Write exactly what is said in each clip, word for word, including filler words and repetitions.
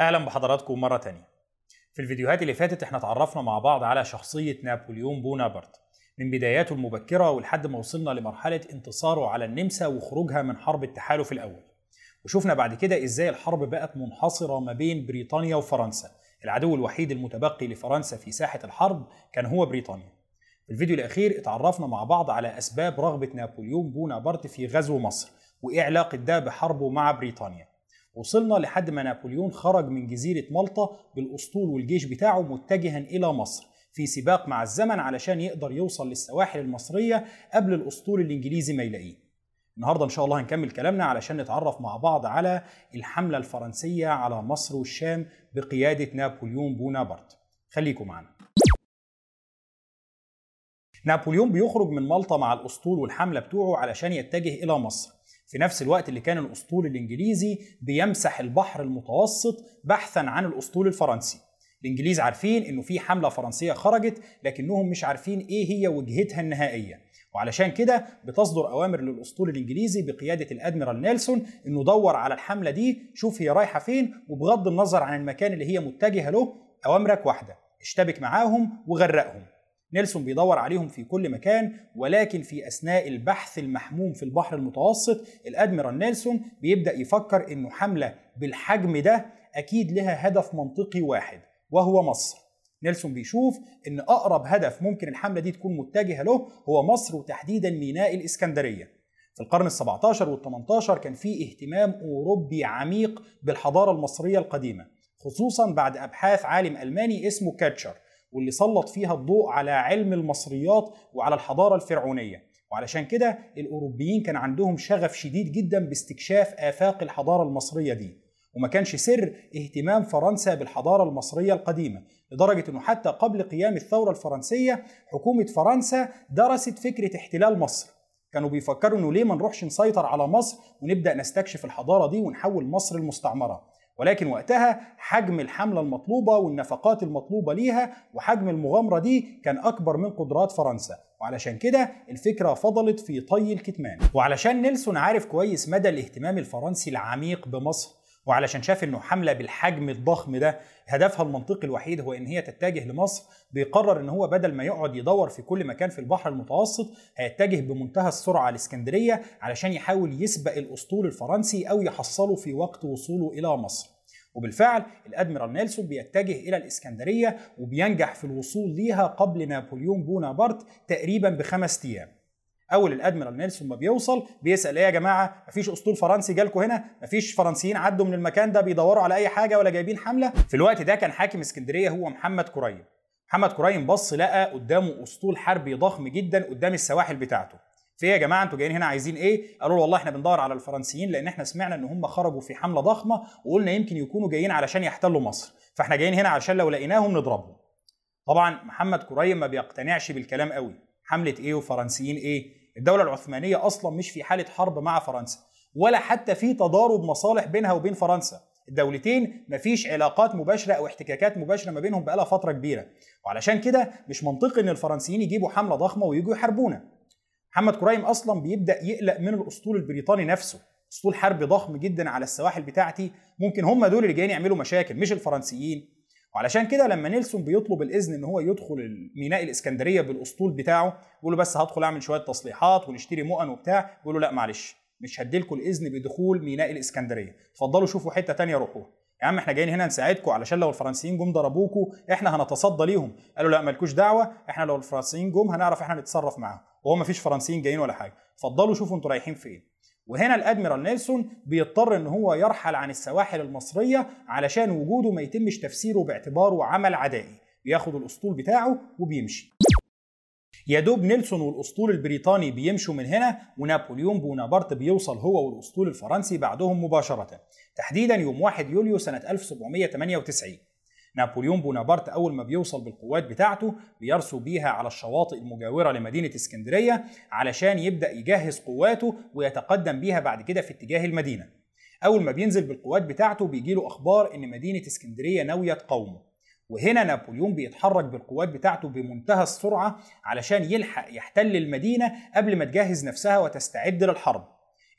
أهلا بحضراتكم مرة تانية. في الفيديوهات اللي فاتت احنا اتعرفنا مع بعض على شخصية نابليون بونابرت من بداياته المبكرة ولحد ما وصلنا لمرحلة انتصاره على النمسا وخروجها من حرب التحالف الأول. وشوفنا بعد كده ازاي الحرب بقت منحصرة ما بين بريطانيا وفرنسا. العدو الوحيد المتبقي لفرنسا في ساحة الحرب كان هو بريطانيا. في الفيديو الأخير اتعرفنا مع بعض على أسباب رغبة نابليون بونابرت في غزو مصر وإيه علاقة ده بحربه مع بريطانيا. وصلنا لحد ما نابليون خرج من جزيرة مالطا بالأسطول والجيش بتاعه متجها إلى مصر في سباق مع الزمن علشان يقدر يوصل للسواحل المصرية قبل الأسطول الإنجليزي ما يلاقيه. النهاردة إن شاء الله هنكمل كلامنا علشان نتعرف مع بعض على الحملة الفرنسية على مصر والشام بقيادة نابليون بونابرت. خليكم معنا. نابليون بيخرج من مالطا مع الأسطول والحملة بتوعه علشان يتجه إلى مصر في نفس الوقت اللي كان الأسطول الإنجليزي بيمسح البحر المتوسط بحثا عن الأسطول الفرنسي. الإنجليز عارفين إنه في حملة فرنسية خرجت لكنهم مش عارفين إيه هي وجهتها النهائية، وعلشان كده بتصدر أوامر للأسطول الإنجليزي بقيادة الأدميرال نيلسون إنه دور على الحملة دي، شوف هي رايحة فين، وبغض النظر عن المكان اللي هي متجهة له أوامرك واحدة، اشتبك معاهم وغرقهم. نيلسون بيدور عليهم في كل مكان، ولكن في أثناء البحث المحموم في البحر المتوسط الأدميرال نيلسون بيبدأ يفكر إنه حملة بالحجم ده أكيد لها هدف منطقي واحد وهو مصر. نيلسون بيشوف إن أقرب هدف ممكن الحملة دي تكون متجهة له هو مصر وتحديدا ميناء الإسكندرية. في القرن السبعتاشر والثمنتاشر كان في اهتمام أوروبي عميق بالحضارة المصرية القديمة، خصوصا بعد أبحاث عالم ألماني اسمه كاتشر، واللي سلط فيها الضوء على علم المصريات وعلى الحضارة الفرعونية. وعلشان كده الأوروبيين كان عندهم شغف شديد جدا باستكشاف آفاق الحضارة المصرية دي، وما كانش سر اهتمام فرنسا بالحضارة المصرية القديمة، لدرجة أنه حتى قبل قيام الثورة الفرنسية حكومة فرنسا درست فكرة احتلال مصر. كانوا بيفكروا أنه ليه ما نروحش نسيطر على مصر ونبدأ نستكشف الحضارة دي ونحول مصر المستعمرة. ولكن وقتها حجم الحملة المطلوبة والنفقات المطلوبة ليها وحجم المغامرة دي كان أكبر من قدرات فرنسا، وعلشان كده الفكرة فضلت في طي الكتمان. وعلشان نيلسون عارف كويس مدى الاهتمام الفرنسي العميق بمصر، وعلشان شاف انه حملة بالحجم الضخم ده هدفها المنطقي الوحيد هو ان هي تتجه لمصر، بيقرر ان هو بدل ما يقعد يدور في كل مكان في البحر المتوسط هيتجه بمنتهى السرعة الاسكندرية علشان يحاول يسبق الاسطول الفرنسي او يحصله في وقت وصوله الى مصر. وبالفعل الادميرال نيلسون بيتجه الى الاسكندرية وبينجح في الوصول ليها قبل نابليون بونابرت تقريبا بخمس ايام. اول الادميرال نيلسون ما بيوصل بيسال ايه يا جماعه، مفيش اسطول فرنسي جالكم هنا؟ مفيش فرنسيين عدوا من المكان ده بيدوروا على اي حاجه ولا جايبين حمله؟ في الوقت ده كان حاكم اسكندريه هو محمد كريم. محمد كريم بص لقى قدامه اسطول حربي ضخم جدا قدام السواحل بتاعته. في ايه يا جماعه انتوا جايين هنا عايزين ايه؟ قالوا له والله احنا بندور على الفرنسيين لان احنا سمعنا ان هم خرجوا في حمله ضخمه وقلنا يمكن يكونوا جايين علشان يحتلوا مصر، فاحنا جايين هنا علشان لو لقيناهم نضربهم. طبعا محمد كريم ما بيقتنعش بالكلام قوي، حمله ايه وفرنسيين ايه؟ الدولة العثمانية أصلا مش في حالة حرب مع فرنسا، ولا حتى في تضارب مصالح بينها وبين فرنسا. الدولتين مفيش علاقات مباشرة أو احتكاكات مباشرة ما بينهم بقالها فترة كبيرة، وعلشان كده مش منطقي إن الفرنسيين يجيبوا حملة ضخمة ويجوا يحاربونا. محمد كريم أصلا بيبدأ يقلق من الأسطول البريطاني نفسه، أسطول حربي ضخم جدا على السواحل بتاعتي، ممكن هم دول اللي جايين يعملوا مشاكل مش الفرنسيين. وعلشان كده لما نيلسون بيطلب الاذن ان هو يدخل ميناء الاسكندريه بالاسطول بتاعه، بيقول له بس هدخل اعمل شويه تصليحات ونشتري مؤن وبتاع، بيقول له لا معلش مش هديلكم الاذن بدخول ميناء الاسكندريه، اتفضلوا شوفوا حته ثانيه روحوها. يا عم احنا جايين هنا نساعدكم علشان لو الفرنسيين جم ضربوكوا احنا هنتصدى ليهم. قالوا لا مالكوش دعوه، احنا لو الفرنسيين جم هنعرف احنا نتصرف معاهم، وهو مفيش فرنسيين جايين ولا حاجه، اتفضلوا شوفوا انتوا رايحين فين. وهنا الادميرال نيلسون بيضطر ان هو يرحل عن السواحل المصريه علشان وجوده ما يتمش تفسيره باعتباره عمل عدائي، بياخد الاسطول بتاعه وبيمشي. يا دوب نيلسون والاسطول البريطاني بيمشوا من هنا ونابليون بونابرت بيوصل هو والاسطول الفرنسي بعدهم مباشره، تحديدا يوم واحد يوليو سنه ألف وسبعمائة وثمانية وتسعين. نابليون بونابرت أول ما بيوصل بالقوات بتاعته بيرسو بيها على الشواطئ المجاورة لمدينة اسكندرية علشان يبدأ يجهز قواته ويتقدم بيها بعد كده في اتجاه المدينة. أول ما بينزل بالقوات بتاعته بيجيله أخبار إن مدينة اسكندرية ناوية تقاومه، وهنا نابليون بيتحرك بالقوات بتاعته بمنتهى السرعة علشان يلحق يحتل المدينة قبل ما تجهز نفسها وتستعد للحرب.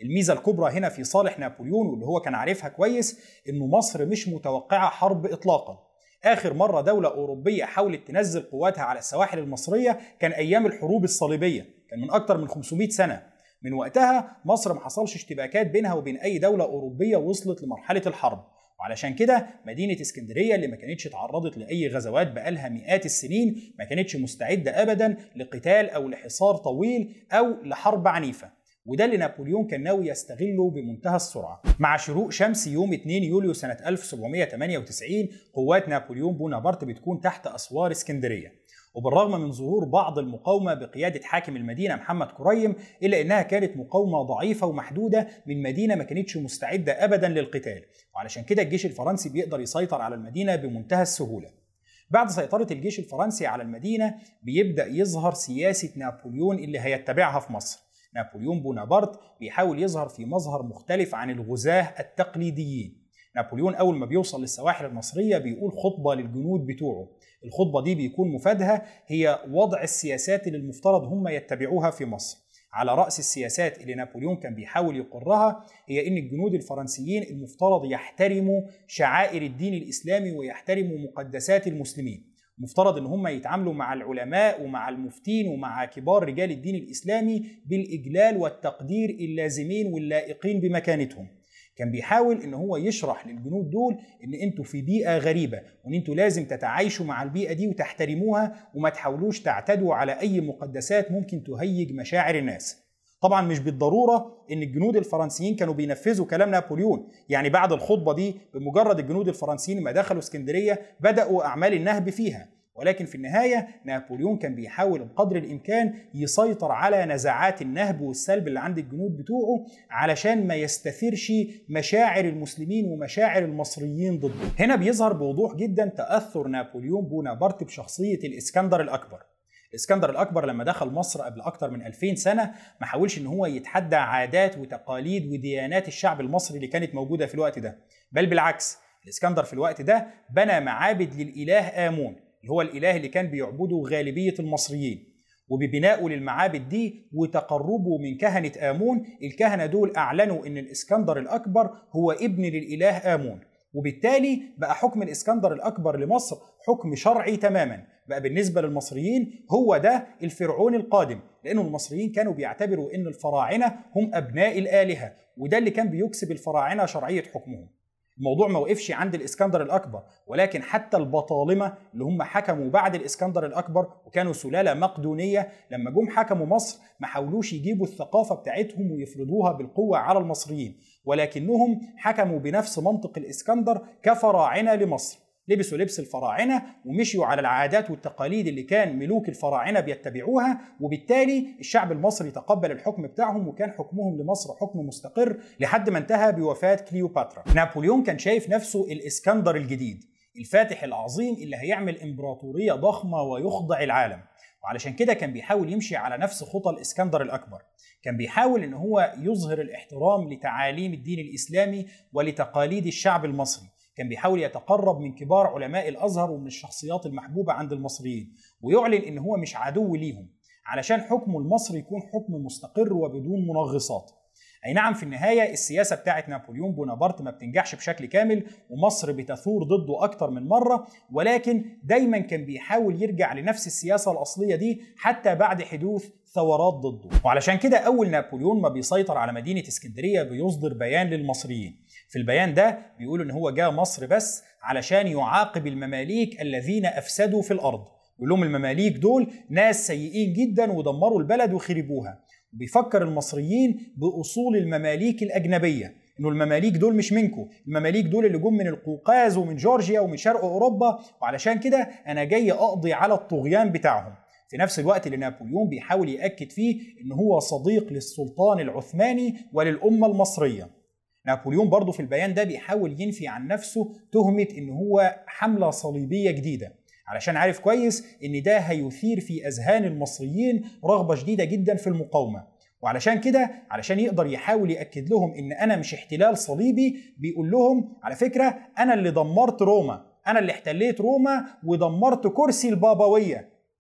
الميزة الكبرى هنا في صالح نابليون واللي هو كان عارفها كويس إنه مصر مش متوقعة حرب إطلاقا. آخر مرة دولة أوروبية حاولت تنزل قواتها على السواحل المصرية كان أيام الحروب الصليبية، كان من أكتر من خمسمائة سنة. من وقتها مصر ما حصلش اشتباكات بينها وبين أي دولة أوروبية وصلت لمرحلة الحرب، وعلشان كده مدينة اسكندرية اللي ما كانتش تعرضت لأي غزوات بقالها مئات السنين ما كانتش مستعدة أبدا لقتال أو لحصار طويل أو لحرب عنيفة، وده اللي نابليون كان ناوي يستغله بمنتهى السرعة. مع شروق شمس يوم اثنين يوليو سنة ألف وسبعمائة وثمانية وتسعين قوات نابليون بونابرت بتكون تحت أسوار اسكندرية، وبالرغم من ظهور بعض المقاومة بقيادة حاكم المدينة محمد كريم إلا إنها كانت مقاومة ضعيفة ومحدودة من مدينة ما كانتش مستعدة أبدا للقتال، وعلشان كده الجيش الفرنسي بيقدر يسيطر على المدينة بمنتهى السهولة. بعد سيطرة الجيش الفرنسي على المدينة بيبدأ يظهر سياسة نابليون اللي هيتبعها في مصر. نابليون بونابرت بيحاول يظهر في مظهر مختلف عن الغزاة التقليديين. نابليون أول ما بيوصل للسواحل المصرية بيقول خطبة للجنود بتوعه، الخطبة دي بيكون مفادها هي وضع السياسات اللي المفترض هم يتبعوها في مصر. على رأس السياسات اللي نابليون كان بيحاول يقرها هي إن الجنود الفرنسيين المفترض يحترموا شعائر الدين الإسلامي ويحترموا مقدسات المسلمين، مفترض ان هم يتعاملوا مع العلماء ومع المفتين ومع كبار رجال الدين الإسلامي بالإجلال والتقدير اللازمين واللائقين بمكانتهم. كان بيحاول ان هو يشرح للجنود دول ان انتوا في بيئة غريبة وان انتوا لازم تتعايشوا مع البيئة دي وتحترموها وما تحاولوش تعتدوا على اي مقدسات ممكن تهيج مشاعر الناس. طبعا مش بالضرورة ان الجنود الفرنسيين كانوا بينفذوا كلام نابليون، يعني بعد الخطبة دي بمجرد الجنود الفرنسيين ما دخلوا اسكندرية بدأوا اعمال النهب فيها، ولكن في النهاية نابليون كان بيحاول بقدر الإمكان يسيطر على نزعات النهب والسلب اللي عند الجنود بتوعه علشان ما يستثيرش مشاعر المسلمين ومشاعر المصريين ضده. هنا بيظهر بوضوح جدا تأثر نابليون بونابرت بشخصية الإسكندر الأكبر. الإسكندر الأكبر لما دخل مصر قبل أكتر من ألفين سنة ما حاولش إن هو يتحدى عادات وتقاليد وديانات الشعب المصري اللي كانت موجودة في الوقت ده، بل بالعكس الإسكندر في الوقت ده بنى معابد للإله آمون اللي هو الإله اللي كان بيعبده غالبية المصريين، وببنائه للمعابد دي وتقربه من كهنة آمون الكهنة دول أعلنوا إن الإسكندر الأكبر هو ابن للإله آمون، وبالتالي بقى حكم الإسكندر الأكبر لمصر حكم شرعي تماما، بقى بالنسبة للمصريين هو ده الفرعون القادم، لأنه المصريين كانوا بيعتبروا إن الفراعنة هم أبناء الآلهة، وده اللي كان بيكسب الفراعنة شرعية حكمهم. الموضوع ما وقفش عند الإسكندر الأكبر، ولكن حتى البطالمة اللي هم حكموا بعد الإسكندر الأكبر وكانوا سلالة مقدونية لما جم حكموا مصر ما حاولوش يجيبوا الثقافة بتاعتهم ويفرضوها بالقوة على المصريين، ولكنهم حكموا بنفس منطق الإسكندر كفراعنة لمصر، لبسوا لبس الفراعنة ومشيوا على العادات والتقاليد اللي كان ملوك الفراعنة بيتبعوها، وبالتالي الشعب المصري تقبل الحكم بتاعهم وكان حكمهم لمصر حكم مستقر لحد ما انتهى بوفاة كليوباترا. نابليون كان شايف نفسه الإسكندر الجديد، الفاتح العظيم اللي هيعمل إمبراطورية ضخمة ويخضع العالم، وعلشان كده كان بيحاول يمشي على نفس خطى الإسكندر الأكبر. كان بيحاول إن هو يظهر الاحترام لتعاليم الدين الإسلامي ولتقاليد الشعب المصري، كان بيحاول يتقرب من كبار علماء الأزهر ومن الشخصيات المحبوبة عند المصريين ويعلن إن هو مش عدو ليهم علشان حكمه المصري يكون حكم مستقر وبدون منغصات. أي نعم في النهاية السياسة بتاعت نابليون بونابرت ما بتنجحش بشكل كامل ومصر بتثور ضده أكتر من مرة، ولكن دايما كان بيحاول يرجع لنفس السياسة الأصلية دي حتى بعد حدوث ثورات ضده. وعلشان كده أول نابليون ما بيسيطر على مدينة اسكندرية بيصدر بيان للمصريين. في البيان ده بيقولوا إن هو جاء مصر بس علشان يعاقب المماليك الذين أفسدوا في الأرض، يقول لهم المماليك دول ناس سيئين جدا ودمروا البلد وخربوها، وبيفكر المصريين بأصول المماليك الأجنبية إنه المماليك دول مش منكم، المماليك دول اللي جم من القوقاز ومن جورجيا ومن شرق أوروبا، وعلشان كده أنا جاي أقضي على الطغيان بتاعهم. في نفس الوقت اللي نابليون بيحاول يأكد فيه إن هو صديق للسلطان العثماني وللأمة المصرية. نابليون برضو في البيان ده بيحاول ينفي عن نفسه تهمة إن هو حملة صليبية جديدة، علشان عارف كويس إن ده هيثير في أذهان المصريين رغبة شديدة جدا في المقاومة، وعلشان كده علشان يقدر يحاول يأكد لهم إن أنا مش احتلال صليبي بيقول لهم على فكرة أنا اللي دمرت روما، أنا اللي احتليت روما ودمرت كرسي البابوية.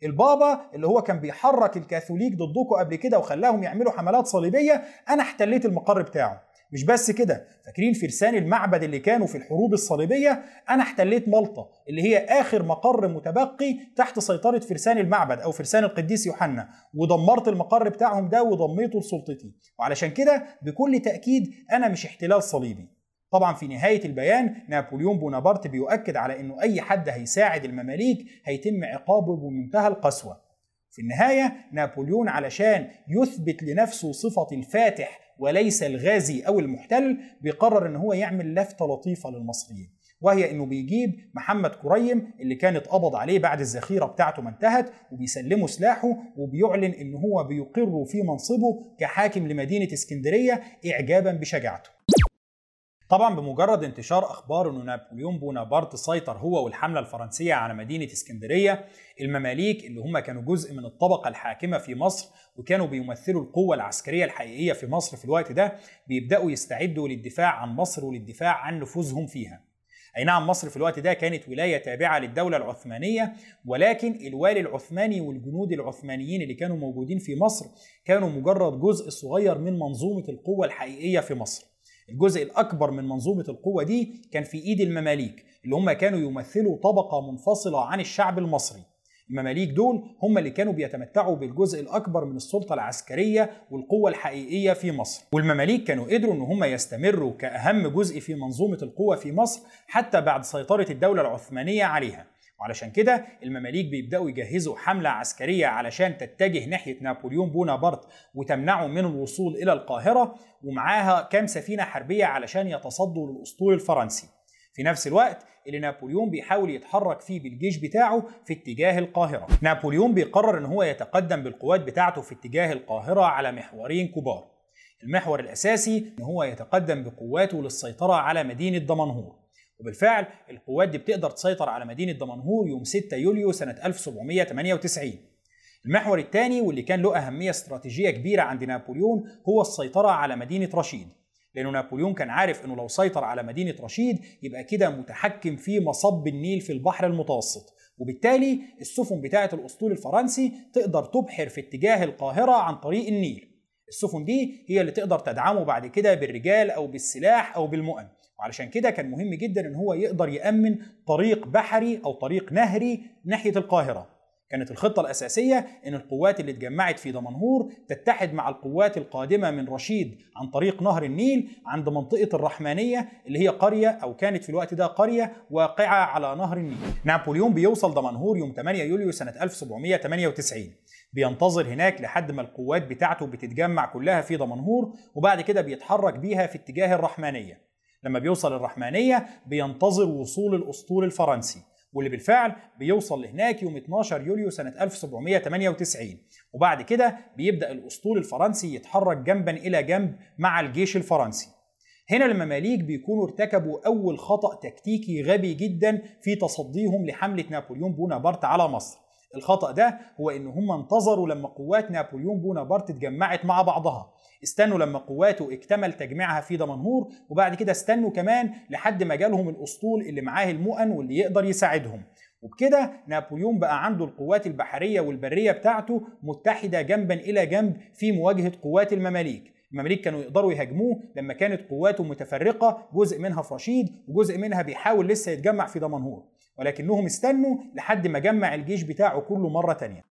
البابا اللي هو كان بيحرك الكاثوليك ضدكم قبل كده وخلاهم يعملوا حملات صليبية، أنا احتليت المقر بتاعه. مش بس كده، فاكرين فرسان المعبد اللي كانوا في الحروب الصليبية؟ أنا احتليت مالطا اللي هي آخر مقر متبقي تحت سيطرة فرسان المعبد أو فرسان القديس يوحنا، ودمرت المقر بتاعهم ده وضميته لسلطتي. وعلشان كده بكل تأكيد أنا مش احتلال صليبي. طبعا في نهاية البيان نابليون بونابرت بيؤكد على أنه أي حد هيساعد المماليك هيتم عقابه بمنتهى القسوة. في النهاية نابليون علشان يثبت لنفسه صفة الفاتح وليس الغازي أو المحتل بيقرر أنه هو يعمل لفتة لطيفة للمصريين، وهي أنه بيجيب محمد كريم اللي كان اتقبض عليه بعد الذخيرة بتاعته ما انتهت وبيسلمه سلاحه، وبيعلن أنه هو بيقر في منصبه كحاكم لمدينة اسكندرية إعجابا بشجاعته. طبعا بمجرد انتشار اخبار انه نابليون بونابرت سيطر هو والحمله الفرنسيه على مدينه اسكندريه، المماليك اللي هم كانوا جزء من الطبقه الحاكمه في مصر وكانوا بيمثلوا القوه العسكريه الحقيقيه في مصر في الوقت ده، بيبداوا يستعدوا للدفاع عن مصر وللدفاع عن نفوذهم فيها. اي نعم مصر في الوقت ده كانت ولايه تابعه للدوله العثمانيه، ولكن الوالي العثماني والجنود العثمانيين اللي كانوا موجودين في مصر كانوا مجرد جزء صغير من منظومه القوه الحقيقيه في مصر. الجزء الأكبر من منظومة القوة دي كان في إيد المماليك اللي هم كانوا يمثلوا طبقة منفصلة عن الشعب المصري. المماليك دول هم اللي كانوا بيتمتعوا بالجزء الأكبر من السلطة العسكرية والقوة الحقيقية في مصر، والمماليك كانوا قدروا إن هم يستمروا كأهم جزء في منظومة القوة في مصر حتى بعد سيطرة الدولة العثمانية عليها. وعلشان كده المماليك بيبدأوا يجهزوا حملة عسكرية علشان تتجه ناحية نابليون بونابرت وتمنعه من الوصول إلى القاهرة، ومعاها كام سفينة حربية علشان يتصدوا للأسطول الفرنسي. في نفس الوقت اللي نابليون بيحاول يتحرك فيه بالجيش بتاعه في اتجاه القاهرة، نابليون بيقرر ان هو يتقدم بالقوات بتاعته في اتجاه القاهرة على محورين كبار. المحور الأساسي ان هو يتقدم بقواته للسيطرة على مدينة دمنهور، وبالفعل القوات دي بتقدر تسيطر على مدينة دمنهور يوم ستة يوليو سنة ألف وسبعمائة وثمانية وتسعين. المحور الثاني واللي كان له أهمية استراتيجية كبيرة عند نابليون هو السيطرة على مدينة رشيد، لأنه نابليون كان عارف أنه لو سيطر على مدينة رشيد يبقى كده متحكم في مصب النيل في البحر المتوسط، وبالتالي السفن بتاعة الأسطول الفرنسي تقدر تبحر في اتجاه القاهرة عن طريق النيل. السفن دي هي اللي تقدر تدعمه بعد كده بالرجال أو بالسلاح أو بالمؤن، وعلشان كده كان مهم جدا ان هو يقدر يأمن طريق بحري او طريق نهري ناحية القاهرة. كانت الخطة الأساسية ان القوات اللي اتجمعت في دمنهور تتحد مع القوات القادمة من رشيد عن طريق نهر النيل عند منطقة الرحمانية اللي هي قرية او كانت في الوقت ده قرية واقعة على نهر النيل. نابليون بيوصل دمنهور يوم ثمانية يوليو سنة ألف وسبعمائة وثمانية وتسعين، بينتظر هناك لحد ما القوات بتاعته بتتجمع كلها في دمنهور، وبعد كده بيتحرك بيها في اتجاه الرحمانية. لما بيوصل الرحمانية بينتظر وصول الأسطول الفرنسي، واللي بالفعل بيوصل لهناك يوم اثناشر يوليو سنة ألف وسبعمائة وثمانية وتسعين، وبعد كده بيبدأ الأسطول الفرنسي يتحرك جنبا إلى جنب مع الجيش الفرنسي. هنا المماليك بيكونوا ارتكبوا أول خطأ تكتيكي غبي جدا في تصديهم لحملة نابليون بونابرت على مصر. الخطأ ده هو إن هم انتظروا لما قوات نابليون بونابرت اتجمعت مع بعضها، استنوا لما قواته اكتمل تجميعها في دمنهور، وبعد كده استنوا كمان لحد ما جالهم الأسطول اللي معاه المؤن واللي يقدر يساعدهم، وبكده نابليون بقى عنده القوات البحرية والبرية بتاعته متحدة جنبا إلى جنب في مواجهة قوات المماليك. المماليك كانوا يقدروا يهاجموه لما كانت قواته متفرقة، جزء منها في رشيد وجزء منها بيحاول لسه يتجمع في دمنهور، ولكنهم استنوا لحد ما جمع الجيش بتاعه كله مرة تانية.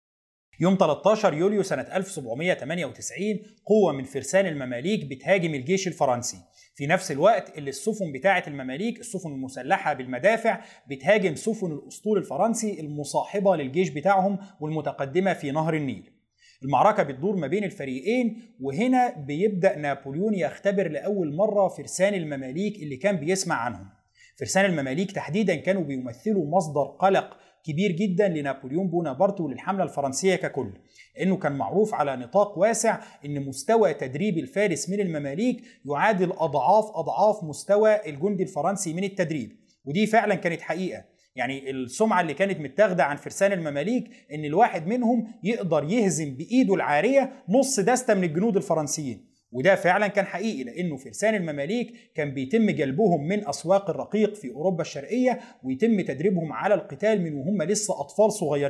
يوم ثلاثة عشر يوليو سنة ألف وسبعمائة وثمانية وتسعين قوة من فرسان المماليك بتهاجم الجيش الفرنسي، في نفس الوقت اللي السفن بتاعة المماليك السفن المسلحة بالمدافع بتهاجم سفن الأسطول الفرنسي المصاحبة للجيش بتاعهم والمتقدمة في نهر النيل. المعركة بتدور ما بين الفريقين، وهنا بيبدأ نابليون يختبر لأول مرة فرسان المماليك اللي كان بيسمع عنهم. فرسان المماليك تحديدا كانوا بيمثلوا مصدر قلق كبير جدا لنابليون بونابرت وللحملة الفرنسية ككل، لأنه كان معروف على نطاق واسع أن مستوى تدريب الفارس من المماليك يعادل أضعاف أضعاف مستوى الجندي الفرنسي من التدريب، ودي فعلا كانت حقيقة. يعني السمعة اللي كانت متاخدة عن فرسان المماليك أن الواحد منهم يقدر يهزم بإيده العارية نص دستة من الجنود الفرنسيين، وده فعلا كان حقيقي، لأنه فرسان المماليك كان بيتم جلبهم من أسواق الرقيق في أوروبا الشرقية ويتم تدريبهم على القتال من وهم لسه أطفال صغيرين.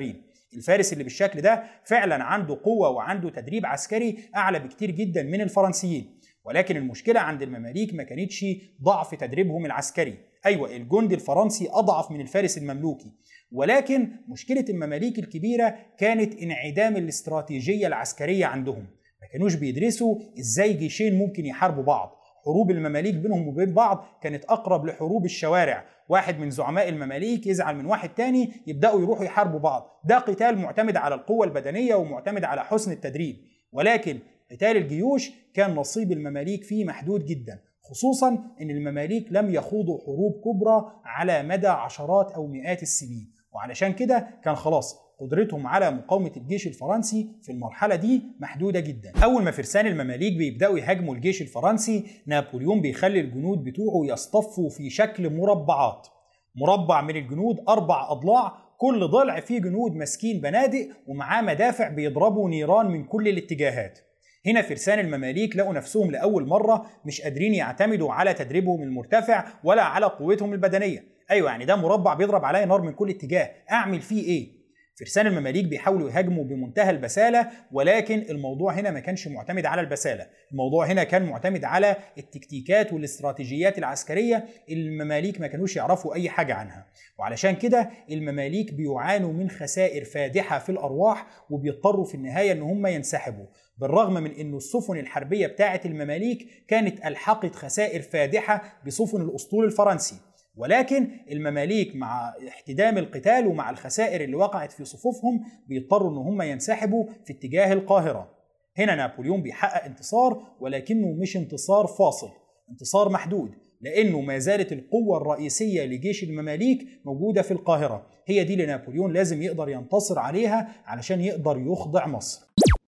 الفارس اللي بالشكل ده فعلا عنده قوة وعنده تدريب عسكري أعلى بكتير جدا من الفرنسيين، ولكن المشكلة عند المماليك ما كانتش ضعف تدريبهم العسكري. أيوة، الجندي الفرنسي أضعف من الفارس المملوكي، ولكن مشكلة المماليك الكبيرة كانت انعدام الاستراتيجية العسكرية عندهم. ما كانوش بيدرسوا إزاي جيشين ممكن يحاربوا بعض. حروب المماليك بينهم وبين بعض كانت أقرب لحروب الشوارع، واحد من زعماء المماليك يزعل من واحد تاني يبدأوا يروحوا يحاربوا بعض. ده قتال معتمد على القوة البدنية ومعتمد على حسن التدريب، ولكن قتال الجيوش كان نصيب المماليك فيه محدود جدا، خصوصا ان المماليك لم يخوضوا حروب كبرى على مدى عشرات او مئات السنين، وعلشان كده كان خلاص قدرتهم على مقاومة الجيش الفرنسي في المرحلة دي محدودة جدا. أول ما فرسان المماليك بيبدأوا يهاجموا الجيش الفرنسي، نابليون بيخلي الجنود بتوعه يصطفوا في شكل مربعات. مربع من الجنود أربع أضلاع، كل ضلع فيه جنود ماسكين بنادق ومعاه مدافع بيضربوا نيران من كل الاتجاهات. هنا فرسان المماليك لقوا نفسهم لأول مرة مش قادرين يعتمدوا على تدريبهم المرتفع ولا على قوتهم البدنية. أيوة، يعني ده مربع بيضرب عليا نار من كل اتجاه، أعمل فيه إيه؟ فرسان المماليك بيحاولوا يهاجموا بمنتهى البسالة، ولكن الموضوع هنا ما كانش معتمد على البسالة، الموضوع هنا كان معتمد على التكتيكات والاستراتيجيات العسكرية اللي المماليك ما كانوش يعرفوا أي حاجة عنها. وعلشان كده المماليك بيعانوا من خسائر فادحة في الأرواح، وبيضطروا في النهاية إن هم ينسحبوا، بالرغم من إنه السفن الحربية بتاعة المماليك كانت ألحقت خسائر فادحة بسفن الأسطول الفرنسي. ولكن المماليك مع احتدام القتال ومع الخسائر اللي وقعت في صفوفهم بيضطروا ان هم ينسحبوا في اتجاه القاهرة. هنا نابليون بيحقق انتصار، ولكنه مش انتصار فاصل، انتصار محدود، لانه ما زالت القوة الرئيسية لجيش المماليك موجودة في القاهرة، هي دي اللي نابليون لازم يقدر ينتصر عليها علشان يقدر يخضع مصر.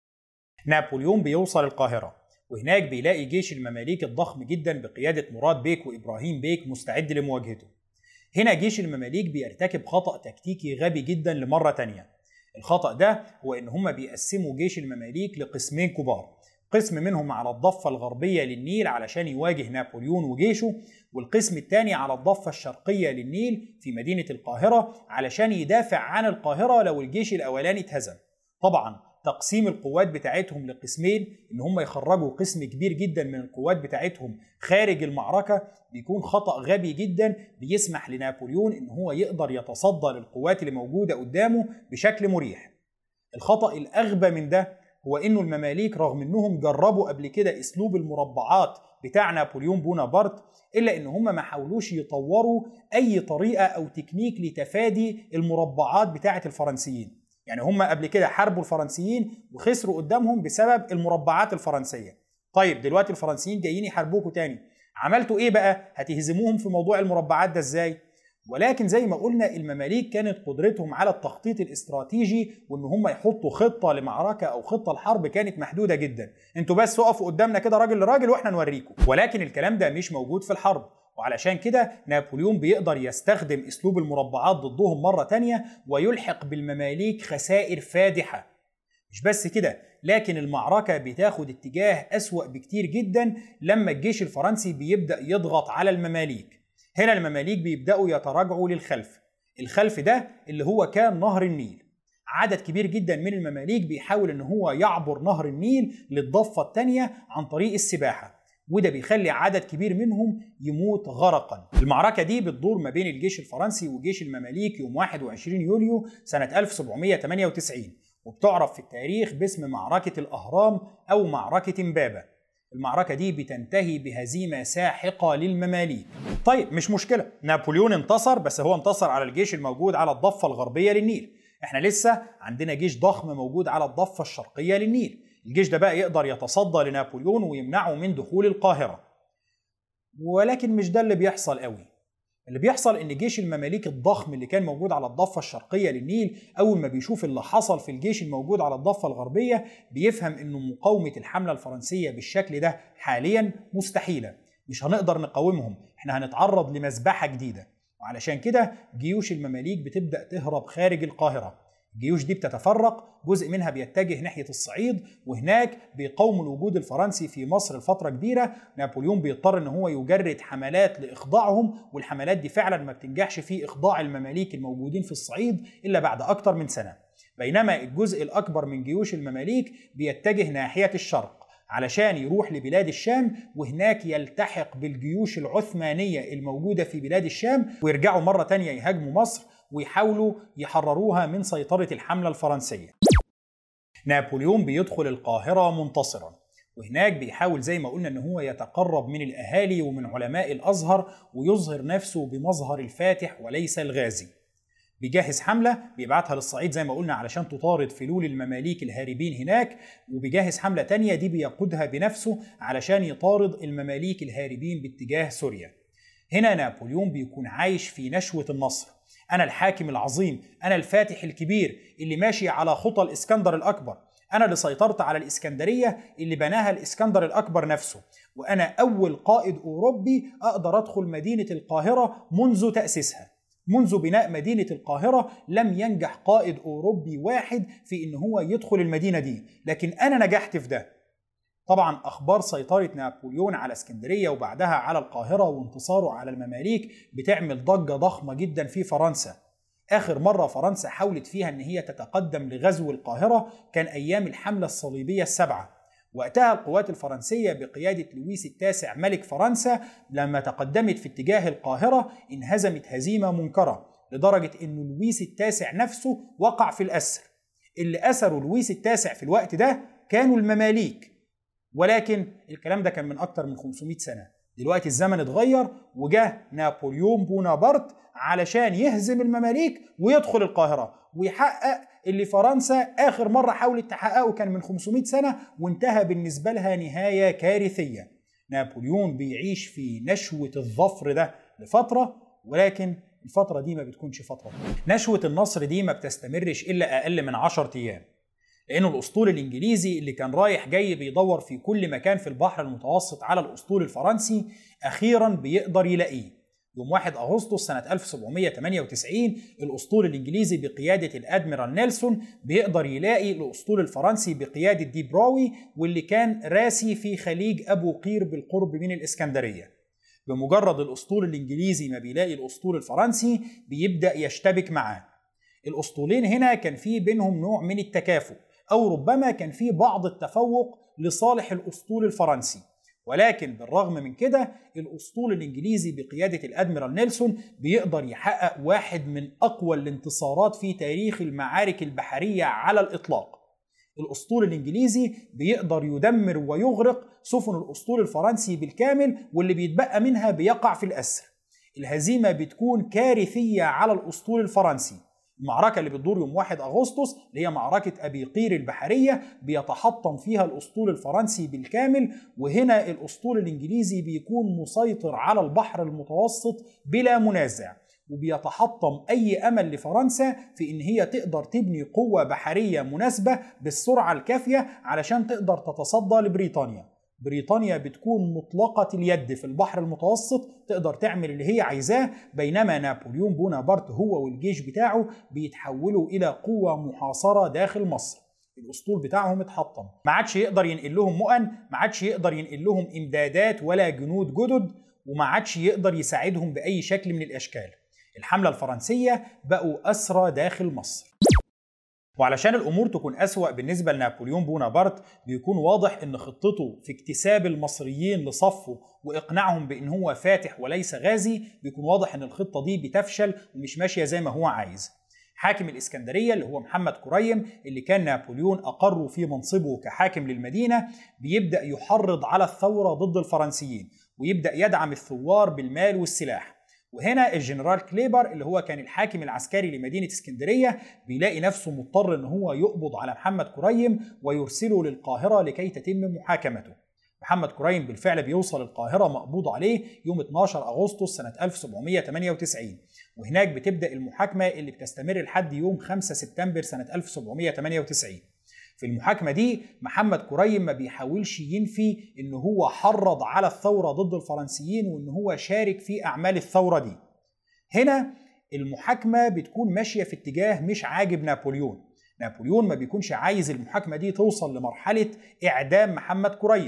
نابليون بيوصل القاهرة، وهناك بيلاقي جيش المماليك الضخم جدا بقيادة مراد بيك وإبراهيم بيك مستعد لمواجهته. هنا جيش المماليك بيرتكب خطأ تكتيكي غبي جدا لمرة تانية. الخطأ ده هو إن هم بيقسموا جيش المماليك لقسمين كبار، قسم منهم على الضفة الغربية للنيل علشان يواجه نابليون وجيشه، والقسم الثاني على الضفة الشرقية للنيل في مدينة القاهرة علشان يدافع عن القاهرة لو الجيش الأولاني اتهزم. طبعا تقسيم القوات بتاعتهم لقسمين، ان هم يخرجوا قسم كبير جدا من القوات بتاعتهم خارج المعركة، بيكون خطأ غبي جدا بيسمح لنابليون ان هو يقدر يتصدى للقوات اللي موجودة قدامه بشكل مريح. الخطأ الأغبى من ده هو انه المماليك رغم انهم جربوا قبل كده اسلوب المربعات بتاع نابليون بونابرت، الا ان هم ما حاولوش يطوروا اي طريقة او تكنيك لتفادي المربعات بتاعة الفرنسيين. يعني هم قبل كده حاربوا الفرنسيين وخسروا قدامهم بسبب المربعات الفرنسية. طيب دلوقتي الفرنسيين جايين يحاربوكوا تاني، عملتوا ايه بقى؟ هتهزموهم في موضوع المربعات ده ازاي؟ ولكن زي ما قلنا المماليك كانت قدرتهم على التخطيط الاستراتيجي وان هم يحطوا خطة لمعركة او خطة لحرب كانت محدودة جدا. انتوا بس اقفوا قدامنا كده راجل لراجل واحنا نوريكم. ولكن الكلام ده مش موجود في الحرب، وعلشان كده نابليون بيقدر يستخدم اسلوب المربعات ضدهم مرة تانية ويلحق بالمماليك خسائر فادحة. مش بس كده، لكن المعركة بتاخد اتجاه أسوأ بكتير جدا لما الجيش الفرنسي بيبدأ يضغط على المماليك. هنا المماليك بيبدأوا يتراجعوا للخلف، الخلف ده اللي هو كان نهر النيل. عدد كبير جدا من المماليك بيحاول ان هو يعبر نهر النيل للضفة التانية عن طريق السباحة، وده بيخلي عدد كبير منهم يموت غرقا. المعركة دي بتدور ما بين الجيش الفرنسي وجيش المماليك يوم واحد وعشرين يوليو سنة ألف وسبعمائة وثمانية وتسعين، وبتعرف في التاريخ باسم معركة الأهرام أو معركة إمبابة. المعركة دي بتنتهي بهزيمة ساحقة للمماليك. طيب مش مشكلة، نابليون انتصر، بس هو انتصر على الجيش الموجود على الضفة الغربية للنيل. احنا لسه عندنا جيش ضخم موجود على الضفة الشرقية للنيل. الجيش ده بقى يقدر يتصدى لنابليون ويمنعه من دخول القاهرة. ولكن مش ده اللي بيحصل قوي. اللي بيحصل ان جيش المماليك الضخم اللي كان موجود على الضفة الشرقية للنيل اول ما بيشوف اللي حصل في الجيش الموجود على الضفة الغربية بيفهم انه مقاومة الحملة الفرنسية بالشكل ده حاليا مستحيلة، مش هنقدر نقاومهم، احنا هنتعرض لمذبحة جديدة. وعلشان كده جيوش المماليك بتبدأ تهرب خارج القاهرة. الجيوش دي بتتفرق، جزء منها بيتجه ناحية الصعيد، وهناك بيقاوموا الوجود الفرنسي في مصر لفترة كبيرة. نابليون بيضطر ان هو يجرد حملات لإخضاعهم، والحملات دي فعلا ما بتنجحش في إخضاع المماليك الموجودين في الصعيد إلا بعد أكتر من سنة. بينما الجزء الأكبر من جيوش المماليك بيتجه ناحية الشرق علشان يروح لبلاد الشام، وهناك يلتحق بالجيوش العثمانية الموجودة في بلاد الشام، ويرجعوا مرة تانية يهاجموا مصر ويحاولوا يحرروها من سيطرة الحملة الفرنسية. نابليون بيدخل القاهرة منتصرا، وهناك بيحاول زي ما قلنا ان هو يتقرب من الأهالي ومن علماء الأزهر ويظهر نفسه بمظهر الفاتح وليس الغازي. بيجهز حملة بيبعتها للصعيد زي ما قلنا علشان تطارد فلول المماليك الهاربين هناك، وبيجهز حملة تانية دي بيقودها بنفسه علشان يطارد المماليك الهاربين باتجاه سوريا. هنا نابليون بيكون عايش في نشوة النصر، أنا الحاكم العظيم، أنا الفاتح الكبير اللي ماشي على خطى الإسكندر الأكبر، أنا اللي سيطرت على الإسكندرية اللي بناها الإسكندر الأكبر نفسه، وأنا أول قائد أوروبي أقدر أدخل مدينة القاهرة منذ تأسيسها. منذ بناء مدينة القاهرة لم ينجح قائد أوروبي واحد في إن هو يدخل المدينة دي، لكن أنا نجحت في ده. طبعا أخبار سيطرة نابليون على اسكندرية وبعدها على القاهرة وانتصاره على المماليك بتعمل ضجة ضخمة جدا في فرنسا. آخر مرة فرنسا حاولت فيها إن هي تتقدم لغزو القاهرة كان أيام الحملة الصليبية السبعة. وقتها القوات الفرنسية بقيادة لويس التاسع ملك فرنسا لما تقدمت في اتجاه القاهرة انهزمت هزيمة منكرة، لدرجة أن لويس التاسع نفسه وقع في الأسر. اللي أسروا لويس التاسع في الوقت ده كانوا المماليك، ولكن الكلام ده كان من أكتر من خمسمائة سنة. دلوقتي الزمن اتغير وجاء نابليون بونابرت علشان يهزم المماليك ويدخل القاهرة ويحقق اللي فرنسا آخر مرة حاولت تحققه كان من خمسمائة سنة، وانتهى بالنسبة لها نهاية كارثية. نابليون بيعيش في نشوة الظفر ده لفترة، ولكن الفترة دي ما بتكونش فترة. نشوة النصر دي ما بتستمرش إلا أقل من عشرة أيام، لأنه الأسطول الإنجليزي اللي كان رايح جاي بيدور في كل مكان في البحر المتوسط على الأسطول الفرنسي أخيرا بيقدر يلاقيه. يوم واحد أغسطس سنة ألف وسبعمائة وثمانية وتسعين الأسطول الإنجليزي بقيادة الأدميرال نيلسون بيقدر يلاقي الأسطول الفرنسي بقيادة دي براوي، واللي كان راسي في خليج أبو قير بالقرب من الإسكندرية. بمجرد الأسطول الإنجليزي ما بيلاقي الأسطول الفرنسي بيبدأ يشتبك معاه. الأسطولين هنا كان في بينهم نوع من التكافؤ، أو ربما كان في بعض التفوق لصالح الأسطول الفرنسي، ولكن بالرغم من كده الأسطول الإنجليزي بقيادة الأدميرال نيلسون بيقدر يحقق واحد من أقوى الانتصارات في تاريخ المعارك البحرية على الإطلاق. الأسطول الإنجليزي بيقدر يدمر ويغرق سفن الأسطول الفرنسي بالكامل، واللي بيتبقى منها بيقع في الأسر. الهزيمة بتكون كارثية على الأسطول الفرنسي. المعركة اللي بتدور يوم واحد أغسطس اللي هي معركة أبي قير البحرية بيتحطم فيها الأسطول الفرنسي بالكامل، وهنا الأسطول الإنجليزي بيكون مسيطر على البحر المتوسط بلا منازع، وبيتحطم أي أمل لفرنسا في إن هي تقدر تبني قوة بحرية مناسبة بالسرعة الكافية علشان تقدر تتصدى لبريطانيا. بريطانيا بتكون مطلقة اليد في البحر المتوسط، تقدر تعمل اللي هي عايزاه، بينما نابليون بونابرت هو والجيش بتاعه بيتحولوا إلى قوة محاصرة داخل مصر. الأسطول بتاعهم اتحطم، ما عادش يقدر ينقل لهم مؤن، ما عادش يقدر ينقل لهم إمدادات ولا جنود جدد، وما عادش يقدر يساعدهم بأي شكل من الأشكال. الحملة الفرنسية بقوا أسرى داخل مصر. وعلشان الأمور تكون أسوأ بالنسبة لنابليون بونابرت بيكون واضح إن خطته في اكتساب المصريين لصفه وإقناعهم بإن هو فاتح وليس غازي، بيكون واضح إن الخطة دي بتفشل ومش ماشية زي ما هو عايز. حاكم الإسكندرية اللي هو محمد كريم اللي كان نابليون أقره في منصبه كحاكم للمدينة بيبدأ يحرض على الثورة ضد الفرنسيين، ويبدأ يدعم الثوار بالمال والسلاح. وهنا الجنرال كليبر اللي هو كان الحاكم العسكري لمدينة اسكندرية بيلاقي نفسه مضطر ان هو يقبض على محمد كريم ويرسله للقاهرة لكي تتم محاكمته. محمد كريم بالفعل بيوصل القاهرة مقبوض عليه يوم اثناشر أغسطس سنة ألف وسبعمائة وثمانية وتسعين، وهناك بتبدأ المحاكمة اللي بتستمر لحد يوم خمسة سبتمبر سنة ألف وسبعمائة وثمانية وتسعين. في المحاكمة دي محمد كريم ما بيحاولش ينفي إن هو حرض على الثورة ضد الفرنسيين وإن هو شارك في أعمال الثورة دي. هنا المحاكمة بتكون ماشية في اتجاه مش عاجب نابليون. نابليون ما بيكونش عايز المحاكمة دي توصل لمرحلة إعدام محمد كريم،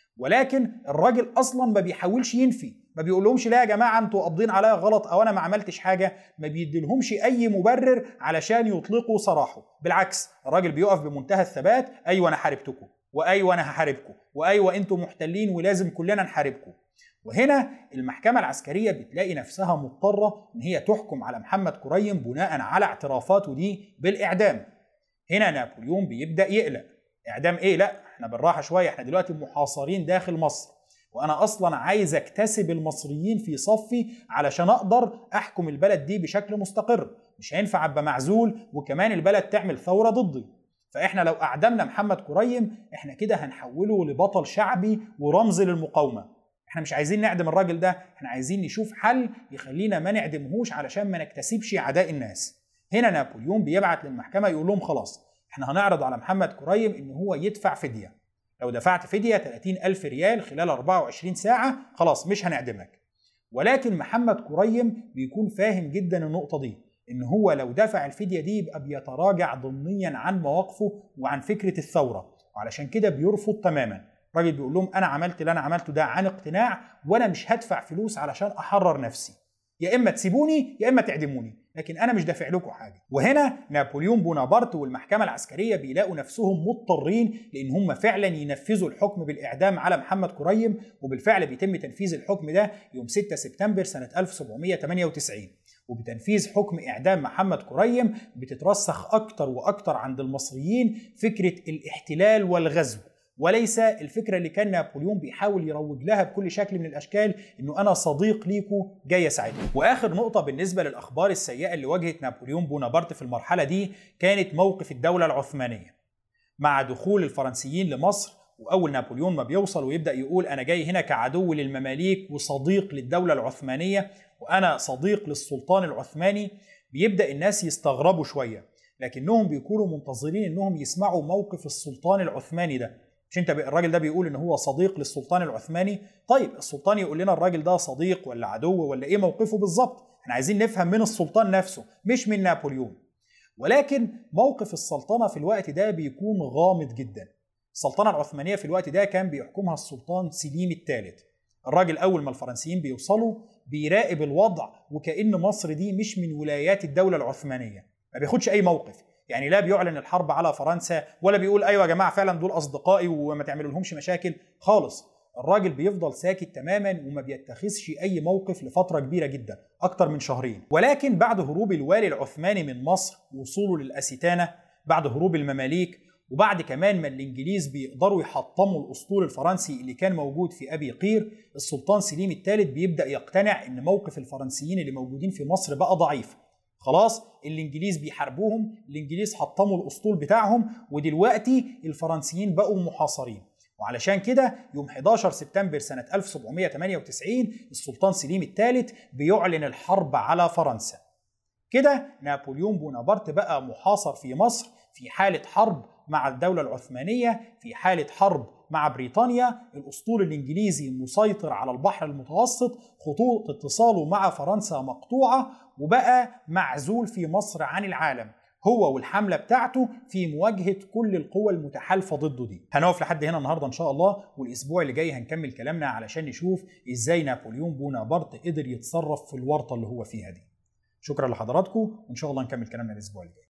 ولكن الراجل اصلا ما بيحاولش ينفي، ما بيقولهمش لا يا جماعه انتوا قابضين عليا غلط او انا ما عملتش حاجه، ما بيديلهمش اي مبرر علشان يطلقوا سراحه. بالعكس الراجل بيقف بمنتهى الثبات: ايوه انا حاربتكم، وايوه انا هحاربكم، وايوه انتوا محتلين ولازم كلنا نحاربكم. وهنا المحكمة العسكرية بتلاقي نفسها مضطرة ان هي تحكم على محمد كريم بناء على اعترافاته دي بالاعدام. هنا نابليون بيبدأ يقلق. اعدام ايه؟ لا احنا بالراحة شوية، احنا دلوقتي محاصرين داخل مصر، وانا اصلا عايز اكتسب المصريين في صفي علشان اقدر احكم البلد دي بشكل مستقر، مش هينفع ابقى معزول وكمان البلد تعمل ثورة ضدي. فاحنا لو اعدمنا محمد كريم احنا كده هنحوله لبطل شعبي ورمز للمقاومة. احنا مش عايزين نعدم الراجل ده، احنا عايزين نشوف حل يخلينا ما نعدمهوش علشان ما نكتسبش عداء الناس. هنا نابليون بيبعت للمحكمة يقول لهم خلاص احنا هنعرض على محمد كريم ان هو يدفع فدية. لو دفعت فدية ثلاثين ألف ريال خلال أربعة وعشرين ساعة خلاص مش هنعدمك. ولكن محمد كريم بيكون فاهم جدا النقطة دي، ان هو لو دفع الفدية دي يبقى بيتراجع ضمنيا عن مواقفه وعن فكرة الثورة، وعلشان كده بيرفض تماما. الراجل بيقول لهم انا عملت اللي انا عملته ده عن اقتناع، وانا مش هدفع فلوس علشان احرر نفسي، يا اما تسيبوني يا اما تعدموني، لكن انا مش دافع لكم حاجه. وهنا نابليون بونابرت والمحكمه العسكريه بيلاقوا نفسهم مضطرين لان هم فعلا ينفذوا الحكم بالاعدام على محمد كريم، وبالفعل بيتم تنفيذ الحكم ده يوم ستة سبتمبر سنه ألف وسبعمائة وثمانية وتسعين. وبتنفيذ حكم اعدام محمد كريم بتترسخ اكتر واكتر عند المصريين فكره الاحتلال والغزو، وليس الفكرة اللي كان نابليون بيحاول يروج لها بكل شكل من الأشكال إنه أنا صديق ليكو جاي أساعدكم. وآخر نقطة بالنسبة للأخبار السيئة اللي واجهت نابليون بونابرت في المرحلة دي كانت موقف الدولة العثمانية. مع دخول الفرنسيين لمصر وأول نابليون ما بيوصل ويبدأ يقول أنا جاي هنا كعدو للمماليك وصديق للدولة العثمانية وأنا صديق للسلطان العثماني، بيبدأ الناس يستغربوا شوية، لكنهم بيكونوا منتظرين إنهم يسمعوا موقف السلطان العثماني ده. مش انت الراجل ده بيقول ان هو صديق للسلطان العثماني، طيب السلطان يقول لنا الراجل ده صديق ولا عدو ولا ايه موقفه بالظبط؟ احنا عايزين نفهم من السلطان نفسه مش من نابليون. ولكن موقف السلطنة في الوقت ده بيكون غامض جدا. السلطنة العثمانية في الوقت ده كان بيحكمها السلطان سليم الثالث. الراجل اول ما الفرنسيين بيوصلوا بيراقب الوضع وكأن مصر دي مش من ولايات الدولة العثمانية، ما بياخدش اي موقف، يعني لا بيعلن الحرب على فرنسا ولا بيقول ايوه يا جماعه فعلا دول اصدقائي وما تعملوا لهمش مشاكل خالص. الراجل بيفضل ساكت تماما وما بيتخذش اي موقف لفتره كبيره جدا اكتر من شهرين. ولكن بعد هروب الوالي العثماني من مصر ووصوله للأسيتانة، بعد هروب المماليك، وبعد كمان ما الانجليز بيقدروا يحطموا الاسطول الفرنسي اللي كان موجود في ابي قير، السلطان سليم الثالث بيبدا يقتنع ان موقف الفرنسيين اللي موجودين في مصر بقى ضعيف. خلاص الانجليز بيحاربوهم، الانجليز حطموا الاسطول بتاعهم، ودلوقتي الفرنسيين بقوا محاصرين. وعلشان كده يوم حداشر سبتمبر سنة ألف وسبعمائة وثمانية وتسعين السلطان سليم الثالث بيعلن الحرب على فرنسا. كده نابليون بونابرت بقى محاصر في مصر، في حالة حرب مع الدولة العثمانية، في حالة حرب مع بريطانيا، الأسطول الإنجليزي مسيطر على البحر المتوسط، خطوط اتصاله مع فرنسا مقطوعة، وبقى معزول في مصر عن العالم هو والحملة بتاعته في مواجهة كل القوى المتحالفة ضده دي. هنقف لحد هنا النهاردة إن شاء الله، والأسبوع اللي جاي هنكمل كلامنا علشان نشوف إزاي نابليون بونابرت قدر يتصرف في الورطة اللي هو فيها دي. شكرا لحضراتكم، وإن شاء الله نكمل كلامنا الأسبوع اللي جاي.